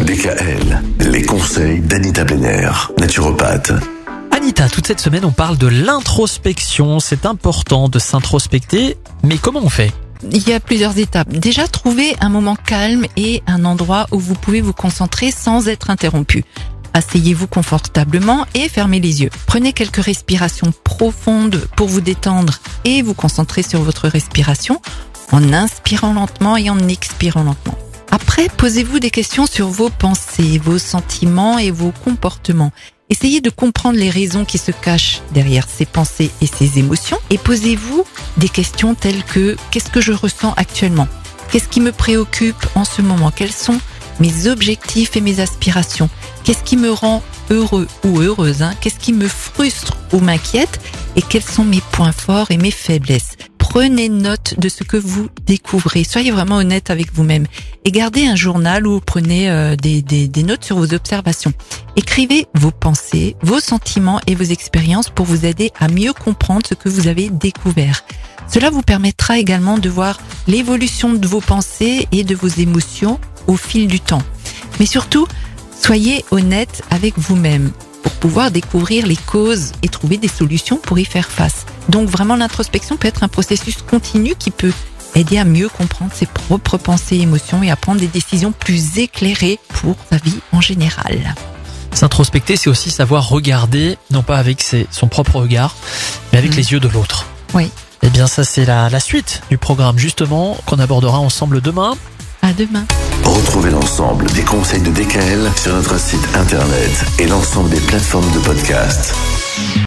DKL, les conseils d'Anita Benner, naturopathe. Anita, toute cette semaine, on parle de l'introspection. C'est important de s'introspecter, mais comment on fait ? Il y a plusieurs étapes. Déjà, trouvez un moment calme et un endroit où vous pouvez vous concentrer sans être interrompu. Asseyez-vous confortablement et fermez les yeux. Prenez quelques respirations profondes pour vous détendre et vous concentrer sur votre respiration en inspirant lentement et en expirant lentement. Après, posez-vous des questions sur vos pensées, vos sentiments et vos comportements. Essayez de comprendre les raisons qui se cachent derrière ces pensées et ces émotions et posez-vous des questions telles que « Qu'est-ce que je ressens actuellement ? Qu'est-ce qui me préoccupe en ce moment ? Quels sont mes objectifs et mes aspirations ? Qu'est-ce qui me rend heureux ou heureuse ? Qu'est-ce qui me frustre ou m'inquiète ? Et quels sont mes points forts et mes faiblesses ? Prenez note de ce que vous découvrez. Soyez vraiment honnête avec vous-même. Et gardez un journal où prenez des notes sur vos observations. Écrivez vos pensées, vos sentiments et vos expériences pour vous aider à mieux comprendre ce que vous avez découvert. Cela vous permettra également de voir l'évolution de vos pensées et de vos émotions au fil du temps. Mais surtout, soyez honnête avec vous-même pour pouvoir découvrir les causes et trouver des solutions pour y faire face. Donc vraiment, l'introspection peut être un processus continu qui peut aider à mieux comprendre ses propres pensées et émotions et à prendre des décisions plus éclairées pour sa vie en général. S'introspecter, c'est aussi savoir regarder, non pas avec son propre regard, mais avec les yeux de l'autre. Oui. Eh bien, ça, c'est la suite du programme, justement, qu'on abordera ensemble demain. À demain. Retrouvez l'ensemble des conseils de DKL sur notre site internet et l'ensemble des plateformes de podcast.